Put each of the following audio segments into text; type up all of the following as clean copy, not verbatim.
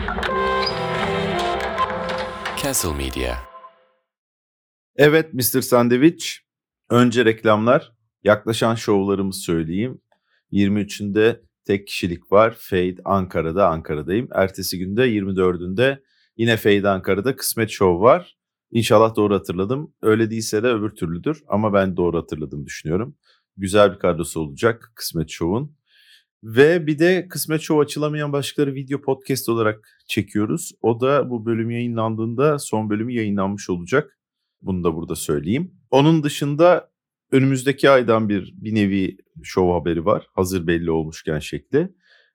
Castle Media. Evet Mr. Sandviç. Önce reklamlar. Yaklaşan şovlarımı söyleyeyim. 23'ünde tek kişilik var. Fade Ankara'dayım. Ertesi günde 24'ünde yine Fade Ankara'da Kısmet Show var. İnşallah doğru hatırladım. Öyle değilse de öbür türlüdür. Ama ben doğru hatırladığımı düşünüyorum. Güzel bir kadrosu olacak Kısmet Show'un. Ve bir de Kısmet Show açılamayan başlıkları video podcast olarak çekiyoruz. O da bu bölüm yayınlandığında son bölümü yayınlanmış olacak. Bunu da burada söyleyeyim. Onun dışında önümüzdeki aydan bir nevi şov haberi var. Hazır belli olmuşken şekli.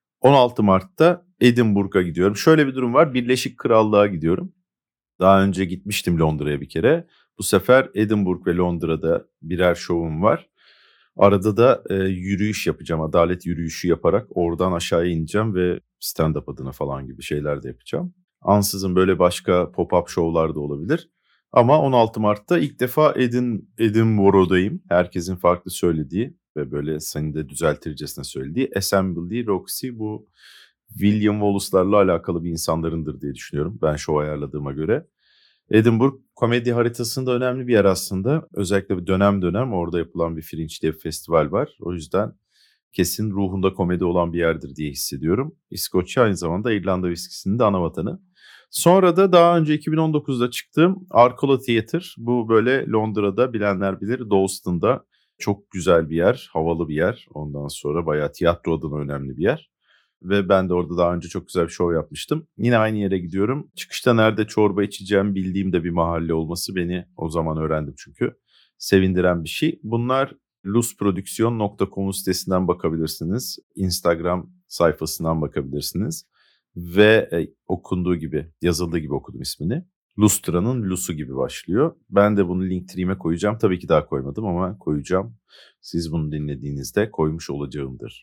16 Mart'ta Edinburgh'a gidiyorum. Şöyle bir durum var. Birleşik Krallığa gidiyorum. Daha önce gitmiştim Londra'ya bir kere. Bu sefer Edinburgh ve Londra'da birer şovum var. Arada da yürüyüş yapacağım. Adalet yürüyüşü yaparak oradan aşağıya ineceğim ve stand-up adına falan gibi şeyler de yapacağım. Ansızın böyle başka pop-up şovlar da olabilir. Ama 16 Mart'ta ilk defa Edinburgh'dayım. Herkesin farklı söylediği ve böyle seni de düzeltircesine söylediği Assembly Roxy, bu William Wallace'larla alakalı bir insanlarındır diye düşünüyorum ben şov ayarladığıma göre. Edinburgh komedi haritasında önemli bir yer aslında. Özellikle bir dönem dönem orada yapılan bir Fringe diye bir festival var. O yüzden kesin ruhunda komedi olan bir yerdir diye hissediyorum. İskoçya aynı zamanda İrlanda viskisinin de ana vatanı. Sonra da daha önce 2019'da çıktığım Arcola Theatre. Bu böyle Londra'da, bilenler bilir, Dalston'da çok güzel bir yer, havalı bir yer. Ondan sonra bayağı tiyatro adına önemli bir yer. Ve ben de orada daha önce çok güzel bir show yapmıştım. Yine aynı yere gidiyorum. Çıkışta nerede çorba içeceğim bildiğim de bir mahalle olması beni, o zaman öğrendim çünkü, sevindiren bir şey. Bunlar lusprodüksiyon.com sitesinden bakabilirsiniz. Instagram sayfasından bakabilirsiniz. Ve okunduğu gibi, yazıldığı gibi okudum ismini. Lustra'nın Lusu gibi başlıyor. Ben de bunu Linktree'ime koyacağım. Tabii ki daha koymadım ama koyacağım. Siz bunu dinlediğinizde koymuş olacağımdır.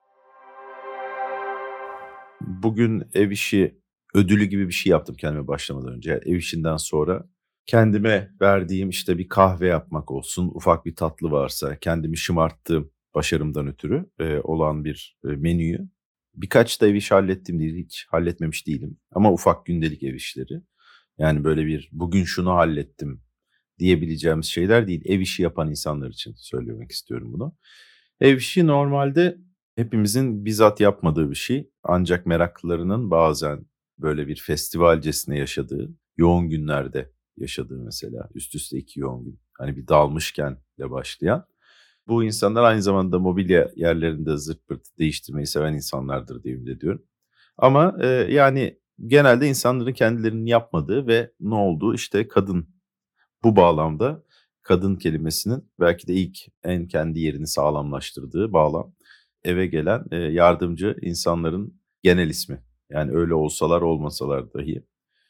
Bugün ev işi ödülü gibi bir şey yaptım kendime başlamadan önce. Yani ev işinden sonra kendime verdiğim, işte bir kahve yapmak olsun, ufak bir tatlı varsa, kendimi şımarttığım başarımdan ötürü olan bir menüyü. Birkaç da ev işi hallettim değil, hiç halletmemiş değilim. Ama ufak gündelik ev işleri. Yani böyle bir bugün şunu hallettim diyebileceğimiz şeyler değil. Ev işi yapan insanlar için söylemek istiyorum bunu. Ev işi normalde hepimizin bizzat yapmadığı bir şey. Ancak meraklılarının bazen böyle bir festivalcesine yaşadığı, yoğun günlerde yaşadığı, mesela üst üste 2 yoğun gün. Hani bir dalmışken de başlayan. Bu insanlar aynı zamanda mobilya yerlerinde zırt pırt değiştirmeyi seven insanlardır diye ümit ediyorum. Ama yani genelde insanların kendilerinin yapmadığı ve ne olduğu, işte kadın, bu bağlamda kadın kelimesinin belki de ilk en kendi yerini sağlamlaştırdığı bağlam, eve gelen yardımcı insanların genel ismi. Yani öyle olsalar olmasalar dahi.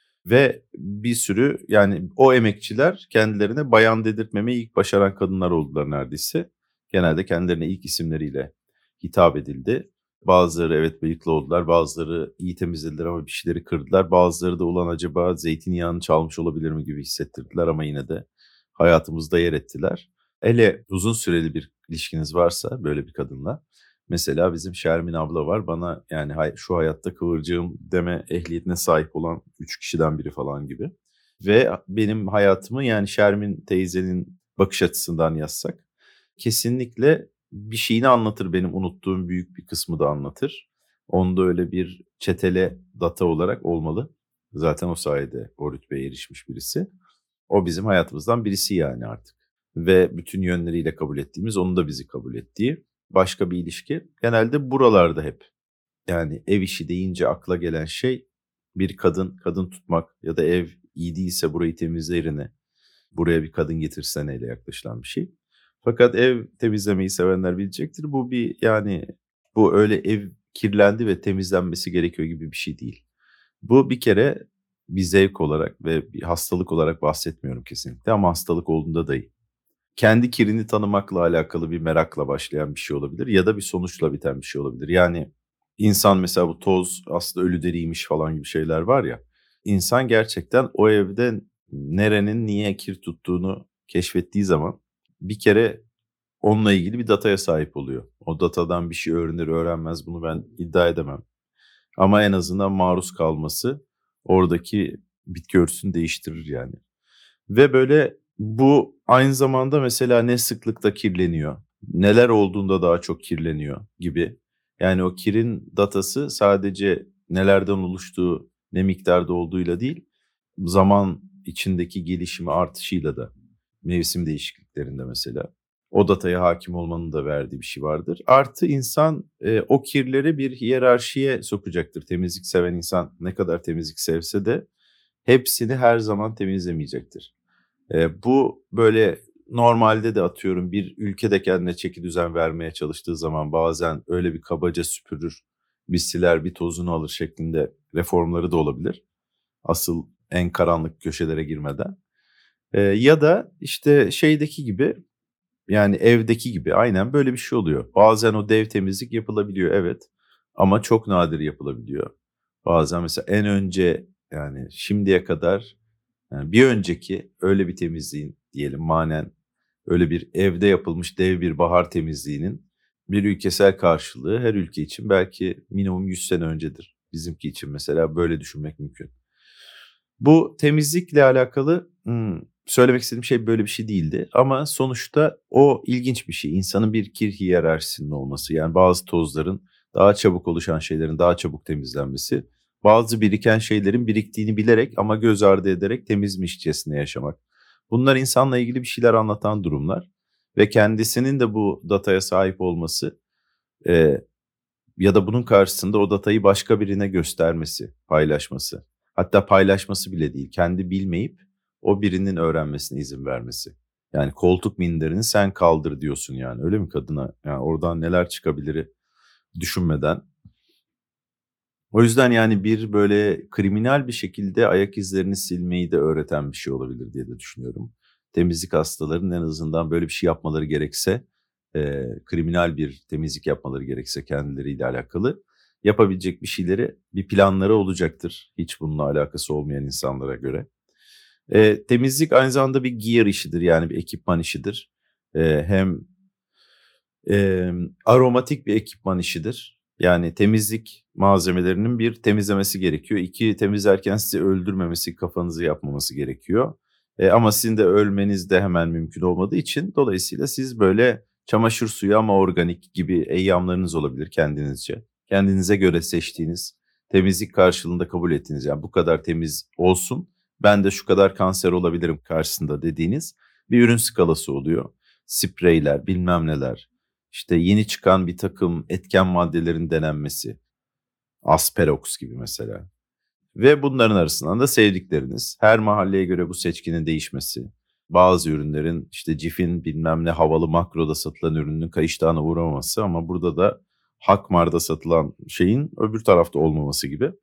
Ve bir sürü, yani o emekçiler kendilerine bayan dedirtmemeyi ilk başaran kadınlar oldular neredeyse. Genelde kendilerine ilk isimleriyle hitap edildi. Bazıları evet bıyıklı oldular, bazıları iyi temizlediler ama bir şeyleri kırdılar. Bazıları da ulan acaba zeytinyağını çalmış olabilir mi gibi hissettirdiler ama yine de hayatımızda yer ettiler. Hele uzun süreli bir ilişkiniz varsa böyle bir kadınla, mesela bizim Şermin abla var, bana yani şu hayatta kıvırcığım deme ehliyetine sahip olan 3 kişiden biri falan gibi. Ve benim hayatımı, yani Şermin teyzenin bakış açısından yazsak, kesinlikle bir şeyini anlatır, benim unuttuğum büyük bir kısmı da anlatır. Onda öyle bir çetele data olarak olmalı. Zaten o sayede o rütbeye erişmiş birisi. O bizim hayatımızdan birisi yani artık. Ve bütün yönleriyle kabul ettiğimiz, onun da bizi kabul ettiği başka bir ilişki. Genelde buralarda hep. Yani ev işi deyince akla gelen şey bir kadın tutmak ya da ev iyi değilse burayı temizle yerine buraya bir kadın getirseneyle yaklaşılan bir şey. Fakat ev temizlemeyi sevenler bilecektir. Bu bir, yani bu öyle ev kirlendi ve temizlenmesi gerekiyor gibi bir şey değil. Bu bir kere bir zevk olarak ve bir hastalık olarak bahsetmiyorum kesinlikle, ama hastalık olduğunda dahi kendi kirini tanımakla alakalı bir merakla başlayan bir şey olabilir ya da bir sonuçla biten bir şey olabilir. Yani insan mesela, bu toz aslında ölü deriymiş falan gibi şeyler var ya. İnsan gerçekten o evde nerenin niye kir tuttuğunu keşfettiği zaman bir kere onunla ilgili bir dataya sahip oluyor. O datadan bir şey öğrenir öğrenmez bunu ben iddia edemem. Ama en azından maruz kalması oradaki bitki örtüsünü değiştirir yani. Ve böyle bu aynı zamanda mesela ne sıklıkta kirleniyor, neler olduğunda daha çok kirleniyor gibi. Yani o kirin datası sadece nelerden oluştuğu, ne miktarda olduğuyla değil, zaman içindeki gelişimi artışıyla da mevsim değişikliklerinde mesela o dataya hakim olmanın da verdiği bir şey vardır. Artı insan o kirleri bir hiyerarşiye sokacaktır. Temizlik seven insan ne kadar temizlik sevse de hepsini her zaman temizlemeyecektir. Bu böyle normalde de atıyorum bir ülke de kendine çekidüzen vermeye çalıştığı zaman bazen öyle bir kabaca süpürür, bir siler, bir tozunu alır şeklinde reformları da olabilir. Asıl en karanlık köşelere girmeden. Ya da işte şeydeki gibi yani evdeki gibi aynen böyle bir şey oluyor. Bazen o dev temizlik yapılabiliyor evet ama çok nadir yapılabiliyor. Bazen mesela en önce yani şimdiye kadar yani bir önceki öyle bir temizliğin diyelim manen öyle bir evde yapılmış dev bir bahar temizliğinin bir ülkesel karşılığı her ülke için belki minimum 100 sene öncedir. Bizimki için mesela böyle düşünmek mümkün. Bu temizlikle alakalı söylemek istediğim şey böyle bir şey değildi. Ama sonuçta o ilginç bir şey. İnsanın bir kir hiyerarşisinin olması. Yani bazı tozların daha çabuk oluşan şeylerin daha çabuk temizlenmesi. Bazı biriken şeylerin biriktiğini bilerek ama göz ardı ederek temizmişçesine yaşamak. Bunlar insanla ilgili bir şeyler anlatan durumlar. Ve kendisinin de bu dataya sahip olması e, ya da bunun karşısında o datayı başka birine göstermesi, paylaşması. Hatta paylaşması bile değil, kendi bilmeyip o birinin öğrenmesine izin vermesi. Yani koltuk minderini sen kaldır diyorsun yani öyle mi kadına? Yani oradan neler çıkabilir düşünmeden. O yüzden yani bir böyle kriminal bir şekilde ayak izlerini silmeyi de öğreten bir şey olabilir diye de düşünüyorum. Temizlik hastalarının en azından böyle bir şey yapmaları gerekse, kriminal bir temizlik yapmaları gerekse kendileriyle alakalı yapabilecek bir şeyleri, bir planları olacaktır. Hiç bununla alakası olmayan insanlara göre. Temizlik aynı zamanda bir gear işidir yani bir ekipman işidir. Hem aromatik bir ekipman işidir. Yani temizlik malzemelerinin bir temizlemesi gerekiyor. 2 temizlerken sizi öldürmemesi, kafanızı yapmaması gerekiyor. Ama sizin de ölmeniz de hemen mümkün olmadığı için dolayısıyla siz böyle çamaşır suyu ama organik gibi eyyamlarınız olabilir kendinizce. Kendinize göre seçtiğiniz, temizlik karşılığında kabul ettiğiniz yani bu kadar temiz olsun, ben de şu kadar kanser olabilirim karşısında dediğiniz bir ürün skalası oluyor. Spreyler, bilmem neler, işte yeni çıkan bir takım etken maddelerin denenmesi, Asperox gibi mesela. Ve bunların arasından da sevdikleriniz. Her mahalleye göre bu seçkinin değişmesi. Bazı ürünlerin işte Cif'in bilmem ne havalı makroda satılan ürünün kayıştağına uğramaması ama burada da Hakmar'da satılan şeyin öbür tarafta olmaması gibi.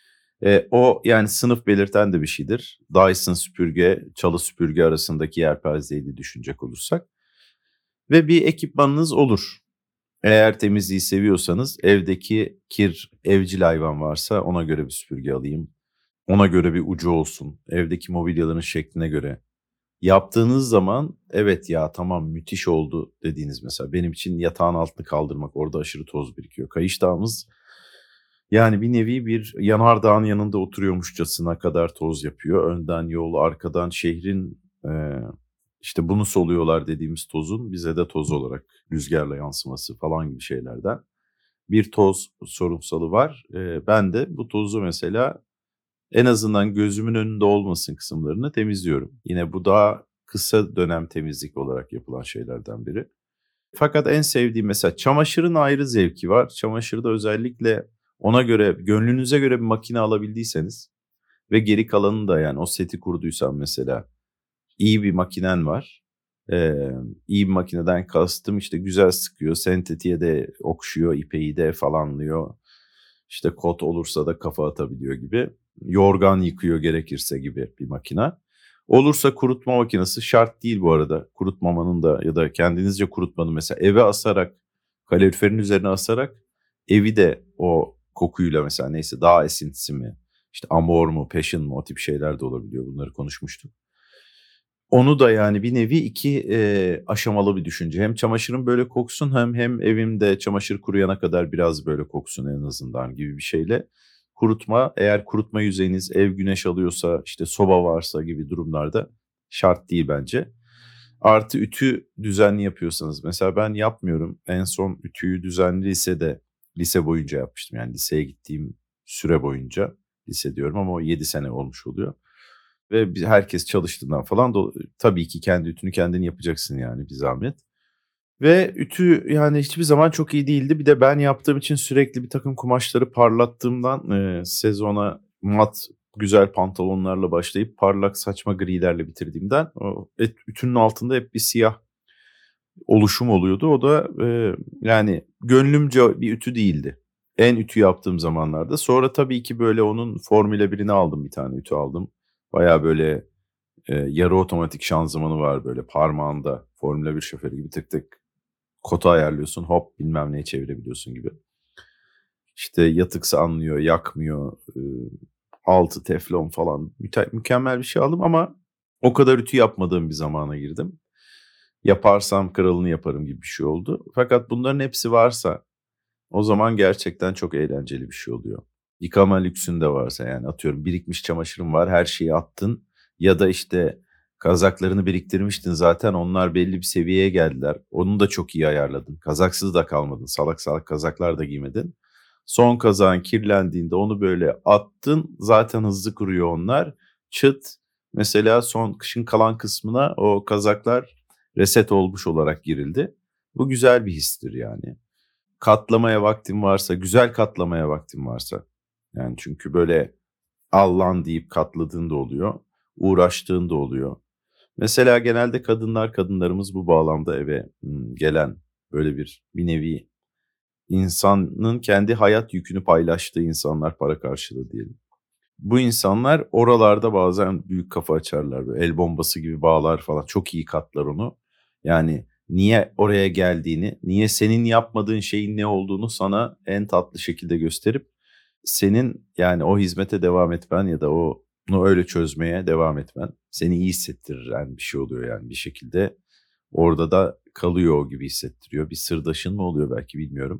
O yani sınıf belirten de bir şeydir. Dyson süpürge, çalı süpürge arasındaki yelpazeyi de düşünecek olursak. Ve bir ekipmanınız olur. Eğer temizliği seviyorsanız evdeki kir, evcil hayvan varsa ona göre bir süpürge alayım. Ona göre bir ucu olsun. Evdeki mobilyaların şekline göre. Yaptığınız zaman evet ya tamam müthiş oldu dediğiniz mesela. Benim için yatağın altını kaldırmak orada aşırı toz birikiyor. Kayıştağımız yani bir nevi bir yanardağın yanında oturuyormuşçasına kadar toz yapıyor. Önden yol, arkadan şehrin işte bunu soluyorlar dediğimiz tozun bize de toz olarak rüzgarla yansıması falan gibi şeylerden bir toz sorunsalı var. Ben de bu tozu mesela en azından gözümün önünde olmasın kısımlarını temizliyorum. Yine bu daha kısa dönem temizlik olarak yapılan şeylerden biri. Fakat en sevdiğim mesela çamaşırın ayrı zevki var. Çamaşırda özellikle ona göre, gönlünüze göre bir makine alabildiyseniz ve geri kalanını da yani o seti kurduysan mesela iyi bir makinen var. İyi bir makineden kastım işte güzel sıkıyor, sentetiğe de okşuyor, ipeği de falanlıyor. İşte kot olursa da kafa atabiliyor gibi. Yorgan yıkıyor gerekirse gibi bir makina. Olursa kurutma makinesi şart değil bu arada. Kurutmamanın da ya da kendinizce kurutmanın mesela eve asarak, kaloriferin üzerine asarak evi de o kokuyla mesela neyse dağ esintisi mi, işte amor mu, passion mu o tip şeyler de olabiliyor. Bunları konuşmuştuk. Onu da yani bir nevi 2 aşamalı bir düşünce. Hem çamaşırım böyle koksun hem evimde çamaşır kuruyana kadar biraz böyle koksun en azından gibi bir şeyle kurutma, eğer kurutma yüzeyiniz ev güneş alıyorsa, işte, soba varsa gibi durumlarda şart değil bence. Artı ütü düzenli yapıyorsanız mesela ben yapmıyorum. En son ütüyü düzenli lise boyunca yapmıştım. Yani liseye gittiğim süre boyunca, lise diyorum ama o 7 sene olmuş oluyor. Ve herkes çalıştığından falan tabii ki kendi ütünü kendin yapacaksın yani bir zahmet. Ve ütü yani hiçbir zaman çok iyi değildi. Bir de ben yaptığım için sürekli birtakım kumaşları parlattığımdan, sezona mat güzel pantolonlarla başlayıp parlak saçma grilerle bitirdiğimden o ütünün altında hep bir siyah oluşum oluyordu. O da, yani gönlümce bir ütü değildi. En ütü yaptığım zamanlarda. Sonra tabii ki böyle onun Formula 1'ini aldım, bir tane ütü aldım. Bayağı böyle, yarı otomatik şanzımanı var, böyle parmağında Formula 1 şoförü gibi tık tık kota ayarlıyorsun, hop bilmem neyi çevirebiliyorsun gibi. İşte yatıksa anlıyor, yakmıyor, altı teflon falan mükemmel bir şey aldım ama o kadar ütü yapmadığım bir zamana girdim. Yaparsam kralını yaparım gibi bir şey oldu. Fakat bunların hepsi varsa o zaman gerçekten çok eğlenceli bir şey oluyor. Yıkama lüksün de varsa yani atıyorum birikmiş çamaşırın var, her şeyi attın ya da işte kazaklarını biriktirmiştin zaten, onlar belli bir seviyeye geldiler. Onu da çok iyi ayarladın. Kazaksız da kalmadın. Salak salak kazaklar da giymedin. Son kazağın kirlendiğinde onu böyle attın. Zaten hızlı kuruyor onlar. Çıt, mesela son kışın kalan kısmına o kazaklar reset olmuş olarak girildi. Bu güzel bir histir yani. Katlamaya vaktin varsa, güzel katlamaya vaktin varsa. Yani çünkü böyle "Al deyip katladığın da oluyor, uğraştığın da oluyor. Mesela genelde kadınlarımız bu bağlamda eve, gelen, böyle bir nevi insanın kendi hayat yükünü paylaştığı insanlar, para karşılığı diyelim. Bu insanlar oralarda bazen büyük kafa açarlar. Böyle el bombası gibi bağlar falan. Çok iyi katlar onu. Yani niye oraya geldiğini, niye senin yapmadığın şeyin ne olduğunu sana en tatlı şekilde gösterip senin yani o hizmete devam etmen ya da onu öyle çözmeye devam etmen seni iyi hissettiren bir şey oluyor yani bir şekilde. Orada da kalıyor o gibi hissettiriyor. Bir sırdaşın mı oluyor belki, bilmiyorum.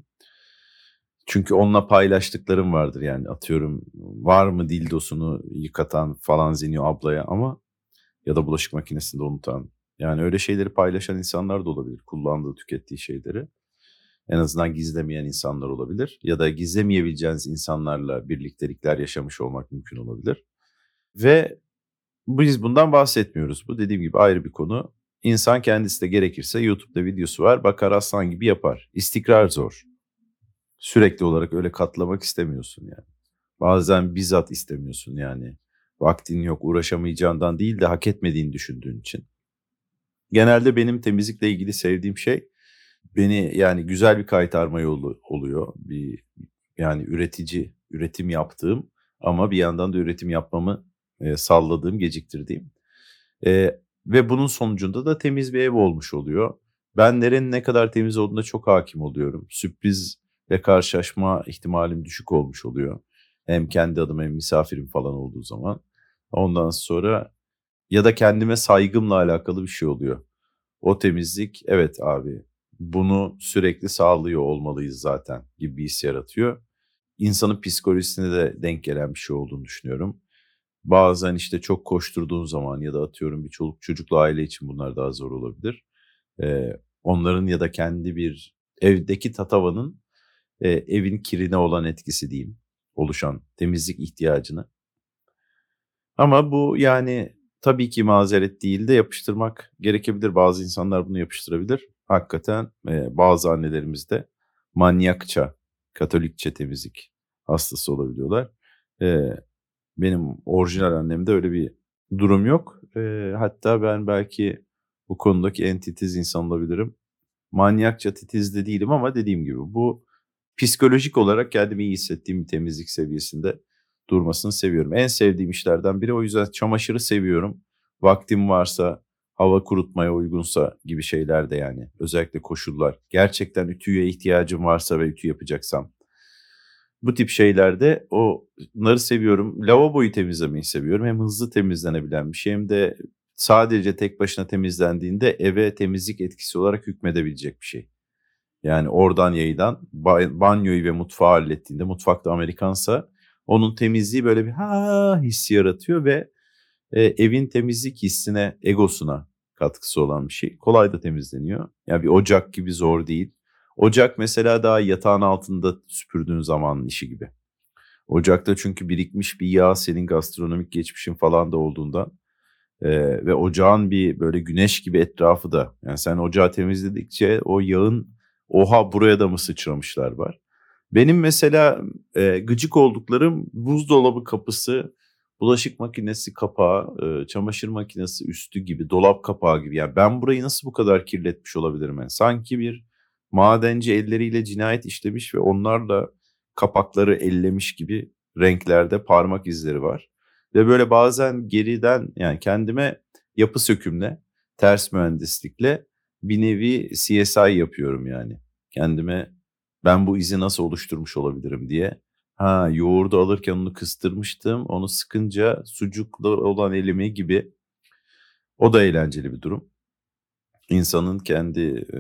Çünkü onunla paylaştıklarım vardır yani atıyorum, var mı dildosunu yıkatan falan zeniyor ablaya ama ya da bulaşık makinesinde unutan. Yani öyle şeyleri paylaşan insanlar da olabilir, kullandığı, tükettiği şeyleri. En azından gizlemeyen insanlar olabilir ya da gizlemeyebileceğiniz insanlarla birliktelikler yaşamış olmak mümkün olabilir. Ve biz bundan bahsetmiyoruz. Bu dediğim gibi ayrı bir konu. İnsan kendisi de gerekirse YouTube'da videosu var, bakar aslan gibi yapar. İstikrar zor. Sürekli olarak öyle katlamak istemiyorsun yani. Bazen bizzat istemiyorsun yani. Vaktin yok, uğraşamayacağından değil de hak etmediğini düşündüğün için. Genelde benim temizlikle ilgili sevdiğim şey, beni yani güzel bir kaytarma yolu oluyor. Yani üretim yaptığım ama bir yandan da üretim yapmamı, salladığım, geciktirdiğim. Ve bunun sonucunda da temiz bir ev olmuş oluyor. Ben nerenin ne kadar temiz olduğuna çok hakim oluyorum. Sürprizle karşılaşma ihtimalim düşük olmuş oluyor. Hem kendi adıma hem misafirim falan olduğu zaman. Ondan sonra ya da kendime saygımla alakalı bir şey oluyor. O temizlik, evet abi, bunu sürekli sağlıyor olmalıyız zaten gibi bir his yaratıyor. İnsanın psikolojisine de denk gelen bir şey olduğunu düşünüyorum. Bazen işte çok koşturduğun zaman ya da atıyorum bir çoluk çocuklu aile için bunlar daha zor olabilir. Onların ya da kendi bir evdeki tatavanın, evin kirine olan etkisi diyeyim, oluşan temizlik ihtiyacını. Ama bu yani tabii ki mazeret değil de yapıştırmak gerekebilir. Bazı insanlar bunu yapıştırabilir. Hakikaten, bazı annelerimiz de manyakça, Katolikçe temizlik hastası olabiliyorlar. Eee, Benim orijinal annemde öyle bir durum yok. Hatta ben belki bu konudaki en titiz insan olabilirim. Manyakça titiz de değilim ama dediğim gibi bu psikolojik olarak kendimi iyi hissettiğim bir temizlik seviyesinde durmasını seviyorum. En sevdiğim işlerden biri, o yüzden çamaşırı seviyorum. Vaktim varsa, hava kurutmaya uygunsa gibi şeyler de yani özellikle koşullar. Gerçekten ütüye ihtiyacım varsa ve ütü yapacaksam. Bu tip şeylerde onları seviyorum. Lavaboyu temizlemeyi seviyorum. Hem hızlı temizlenebilen bir şey hem de sadece tek başına temizlendiğinde eve temizlik etkisi olarak hükmedebilecek bir şey. Yani oradan yayılan banyoyu ve mutfağı hallettiğinde, mutfakta Amerikansa onun temizliği böyle bir ha hissi yaratıyor ve evin temizlik hissine, egosuna katkısı olan bir şey. Kolay da temizleniyor. Yani bir ocak gibi zor değil. Ocak mesela daha yatağın altında süpürdüğün zamanın işi gibi. Ocakta çünkü birikmiş bir yağ, senin gastronomik geçmişin falan da olduğundan ve ocağın bir böyle güneş gibi etrafı da, yani sen ocağı temizledikçe o yağın oha buraya da mı sıçramışlar var. Benim mesela gıcık olduklarım buzdolabı kapısı, bulaşık makinesi kapağı, çamaşır makinesi üstü gibi, dolap kapağı gibi. Yani ben burayı nasıl bu kadar kirletmiş olabilirim? Yani sanki bir madenci elleriyle cinayet işlemiş ve onlarla kapakları ellemiş gibi renklerde parmak izleri var. Ve böyle bazen geriden, yani kendime yapı sökümle, ters mühendislikle bir nevi CSI yapıyorum yani. Kendime ben bu izi nasıl oluşturmuş olabilirim diye. Ha, yoğurdu alırken onu kıstırmıştım. Onu sıkınca sucuklu olan elimi gibi. O da eğlenceli bir durum. İnsanın kendi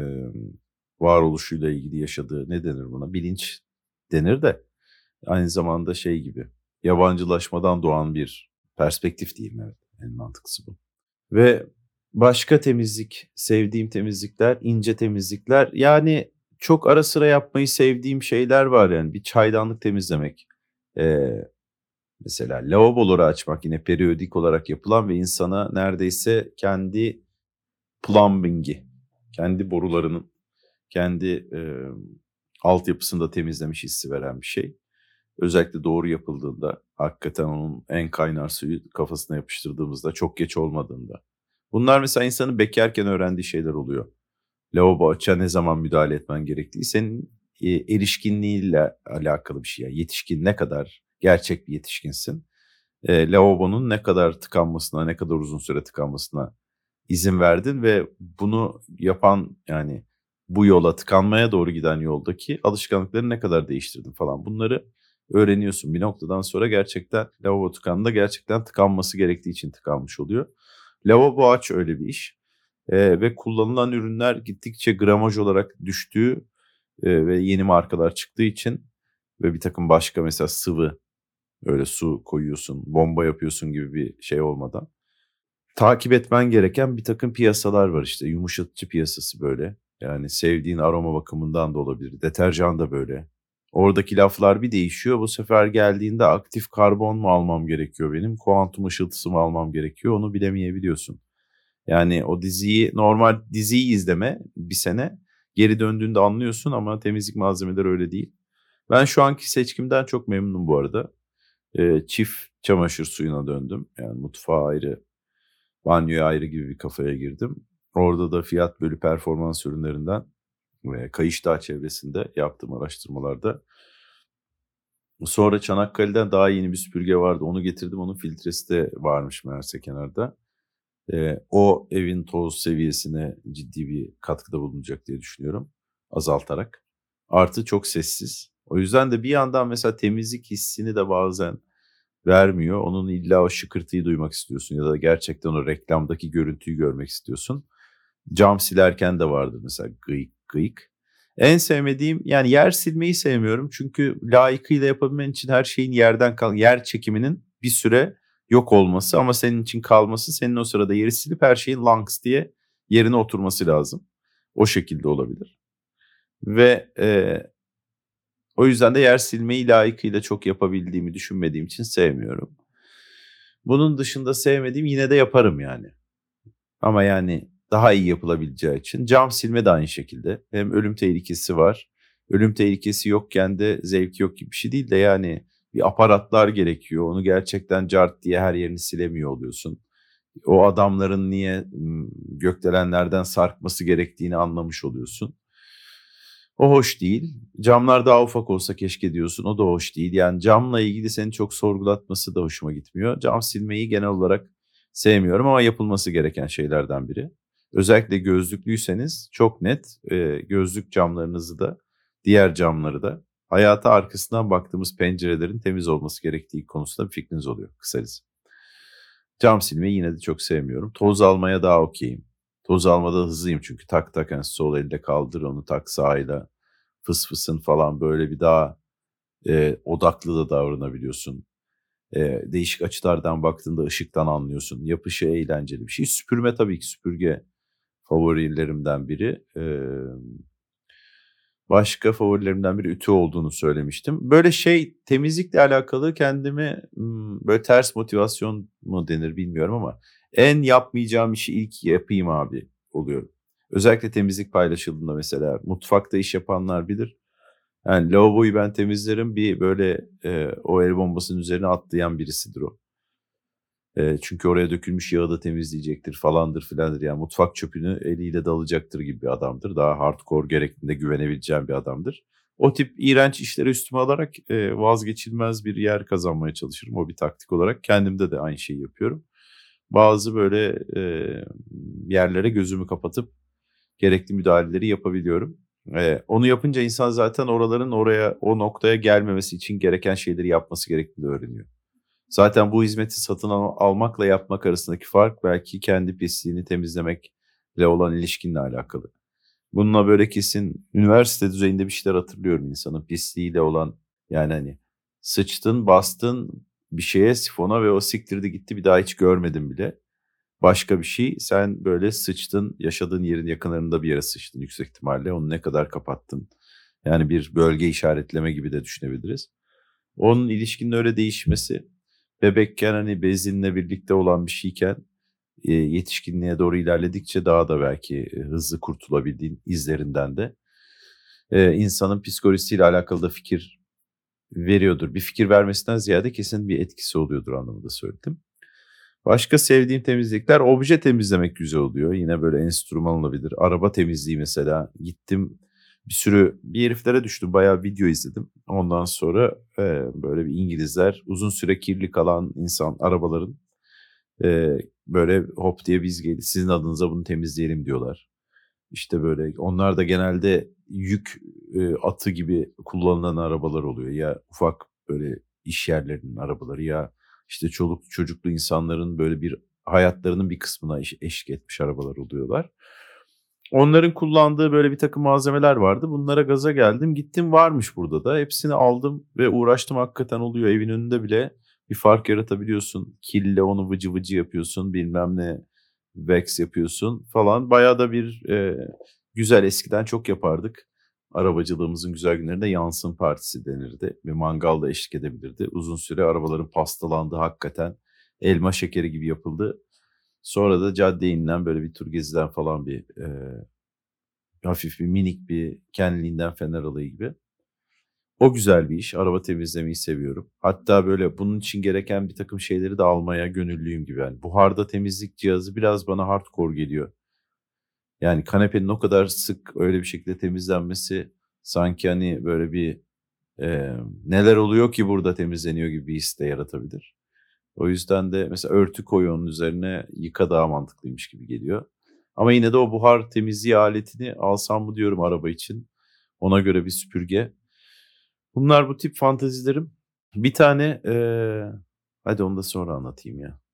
varoluşuyla ilgili yaşadığı, ne denir buna? Bilinç denir de aynı zamanda şey gibi. Yabancılaşmadan doğan bir perspektif diyeyim, evet. En mantıklısı bu. Ve başka temizlik, sevdiğim temizlikler, ince temizlikler. Yani çok ara sıra yapmayı sevdiğim şeyler var yani. Bir çaydanlık temizlemek. Ee, Mesela lavaboları açmak yine periyodik olarak yapılan ve insana neredeyse kendi plumbing'i, kendi borularının, kendi altyapısını da temizlemiş hissi veren bir şey. Özellikle doğru yapıldığında, hakikaten onun en kaynar suyu kafasına yapıştırdığımızda, çok geç olmadığında. Bunlar mesela insanın bekarken öğrendiği şeyler oluyor. Lavabo açığa ne zaman müdahale etmen gerektiği senin erişkinliğiyle alakalı bir şey. Yani yetişkin, ne kadar gerçek bir yetişkinsin. Lavabonun ne kadar tıkanmasına, ne kadar uzun süre tıkanmasına izin verdin ve bunu yapan, yani bu yola, tıkanmaya doğru giden yoldaki alışkanlıkları ne kadar değiştirdin falan. Bunları öğreniyorsun. Bir noktadan sonra gerçekten lavabo tıkandığında gerçekten tıkanması gerektiği için tıkanmış oluyor. Lavabo aç öyle bir iş. Ve kullanılan ürünler gittikçe gramaj olarak düştüğü ve yeni markalar çıktığı için ve bir takım başka mesela sıvı, öyle su koyuyorsun, bomba yapıyorsun gibi bir şey olmadan takip etmen gereken bir takım piyasalar var işte. Yumuşatıcı piyasası böyle. Yani sevdiğin aroma bakımından da olabilir. Deterjan da böyle. Oradaki laflar bir değişiyor. Bu sefer geldiğinde aktif karbon mu almam gerekiyor benim? Kuantum ışıltısı mı almam gerekiyor? Onu bilemeyebiliyorsun. Yani o diziyi, normal diziyi izleme bir sene. Geri döndüğünde anlıyorsun ama temizlik malzemeleri öyle değil. Ben şu anki seçkimden çok memnunum bu arada. Çift çamaşır suyuna döndüm. Yani mutfağa ayrı, banyoya ayrı gibi bir kafaya girdim. Orada da fiyat bölü performans ürünlerinden ve Kayışdağ çevresinde yaptığım araştırmalarda. Sonra Çanakkale'den daha yeni bir süpürge vardı. Onu getirdim. Onun filtresi de varmış meğerse kenarda. O evin toz seviyesine ciddi bir katkıda bulunacak diye düşünüyorum. Azaltarak. Artı çok sessiz. O yüzden de bir yandan mesela temizlik hissini de bazen vermiyor. Onun illa o şıkırtıyı duymak istiyorsun ya da gerçekten o reklamdaki görüntüyü görmek istiyorsun. Cam silerken de vardır mesela gıyık gıyık. En sevmediğim, yani yer silmeyi sevmiyorum. Çünkü layıkıyla yapabilmen için her şeyin yer çekiminin bir süre yok olması ama senin için kalması, senin o sırada yeri silip her şeyin lanks diye yerine oturması lazım. O şekilde olabilir. Ve o yüzden de yer silmeyi layıkıyla çok yapabildiğimi düşünmediğim için sevmiyorum. Bunun dışında sevmediğim, yine de yaparım yani. Ama yani daha iyi yapılabileceği için. Cam silme de aynı şekilde. Hem ölüm tehlikesi var. Ölüm tehlikesi yokken de zevk yok gibi bir şey değil de, yani bir aparatlar gerekiyor. Onu gerçekten cart diye her yerini silemiyor oluyorsun. O adamların niye gökdelenlerden sarkması gerektiğini anlamış oluyorsun. O hoş değil. Camlar daha ufak olsa keşke diyorsun. O da hoş değil. Yani camla ilgili seni çok sorgulatması da hoşuma gitmiyor. Cam silmeyi genel olarak sevmiyorum ama yapılması gereken şeylerden biri. Özellikle gözlüklüyseniz çok net gözlük camlarınızı da, diğer camları da, hayata arkasından baktığımız pencerelerin temiz olması gerektiği konusunda bir fikriniz oluyor kısacası. Cam silmeyi yine de çok sevmiyorum. Toz almaya daha okay'im. Toz almada hızlıyım çünkü tak tak, hani, sol elle kaldır onu, tak sağıyla fısfısın falan, böyle bir daha, odaklı da davranabiliyorsun. Değişik açılardan baktığında ışıktan anlıyorsun. Yapışı eğlenceli bir şey. Süpürme tabii ki, süpürge favorilerimden biri. Başka favorilerimden biri ütü olduğunu söylemiştim. Böyle şey, temizlikle alakalı kendimi, böyle ters motivasyon mu denir bilmiyorum ama en yapmayacağım işi ilk yapayım abi oluyorum. Özellikle temizlik paylaşıldığında mesela mutfakta iş yapanlar bilir. Yani lavaboyu ben temizlerim, bir böyle, o el bombasının üzerine atlayan birisidir o. Çünkü oraya dökülmüş yağı da temizleyecektir falandır filandır. Yani mutfak çöpünü eliyle dalacaktır gibi bir adamdır. Daha hardcore gerektiğinde güvenebileceğim bir adamdır. O tip iğrenç işleri üstüme alarak, vazgeçilmez bir yer kazanmaya çalışırım. O bir taktik olarak. Kendimde de aynı şeyi yapıyorum. Bazı böyle, yerlere gözümü kapatıp gerekli müdahaleleri yapabiliyorum. Onu yapınca insan zaten oraların oraya, o noktaya gelmemesi için gereken şeyleri yapması gerektiğini öğreniyor. Zaten bu hizmeti satın almakla yapmak arasındaki fark belki kendi pisliğini temizlemekle olan ilişkinle alakalı. Bununla böyle kesin üniversite düzeyinde bir şeyler hatırlıyorum insanın pisliğiyle olan, yani, hani, sıçtın, bastın bir şeye, sifona ve o siktirdi gitti, bir daha hiç görmedim bile. Başka bir şey, sen böyle sıçtın, yaşadığın yerin yakınlarında bir yere sıçtın yüksek ihtimalle. Onu ne kadar kapattın? Yani bir bölge işaretleme gibi de düşünebiliriz. Onun ilişkinin öyle değişmesi, bebekken, hani, bezinle birlikte olan bir şeyken, yetişkinliğe doğru ilerledikçe daha da belki, hızlı kurtulabildiğin izlerinden de, insanın psikolojisiyle alakalı da fikir veriyordur. Bir fikir vermesinden ziyade kesin bir etkisi oluyordur anlamında söyledim. Başka sevdiğim temizlikler, obje temizlemek güzel oluyor. Yine böyle enstrüman olabilir. Araba temizliği mesela. Gittim, bir heriflere düştüm. Bayağı video izledim. Ondan sonra, böyle bir İngilizler uzun süre kirli kalan arabaların, böyle hop diye biz sizin adınıza bunu temizleyelim diyorlar. İşte böyle onlar da genelde yük, atı gibi kullanılan arabalar oluyor. Ya ufak böyle iş yerlerinin arabaları, ya işte çoluk çocuklu insanların böyle bir hayatlarının bir kısmına eşlik etmiş arabalar oluyorlar. Onların kullandığı böyle bir takım malzemeler vardı. Bunlara gaza geldim. Gittim, varmış burada da. Hepsini aldım ve uğraştım, hakikaten oluyor. Evin önünde bile bir fark yaratabiliyorsun. Kille onu vıcı vıcı yapıyorsun, bilmem ne wax yapıyorsun falan. Bayağı da bir, güzel, eskiden çok yapardık. Arabacılığımızın güzel günlerinde yansın partisi denirdi. Bir mangal da eşlik edebilirdi. Uzun süre arabaların pastalandığı, hakikaten elma şekeri gibi yapıldı. Sonra da caddeye inilen böyle bir tur gezilen falan bir, hafif bir minik bir kendiliğinden fener alayı gibi. O güzel bir iş. Araba temizlemeyi seviyorum. Hatta böyle bunun için gereken bir takım şeyleri de almaya gönüllüyüm gibi. Yani buharda temizlik cihazı biraz bana hardcore geliyor. Yani kanepenin o kadar sık öyle bir şekilde temizlenmesi sanki, hani, böyle bir, neler oluyor ki burada temizleniyor gibi bir his de yaratabilir. O yüzden de mesela örtü koy onun üzerine, yıka daha mantıklıymış gibi geliyor. Ama yine de o buhar temizliği aletini alsam mı diyorum araba için. Ona göre bir süpürge. Bunlar bu tip fantezilerim. Bir tane, hadi onu da sonra anlatayım ya.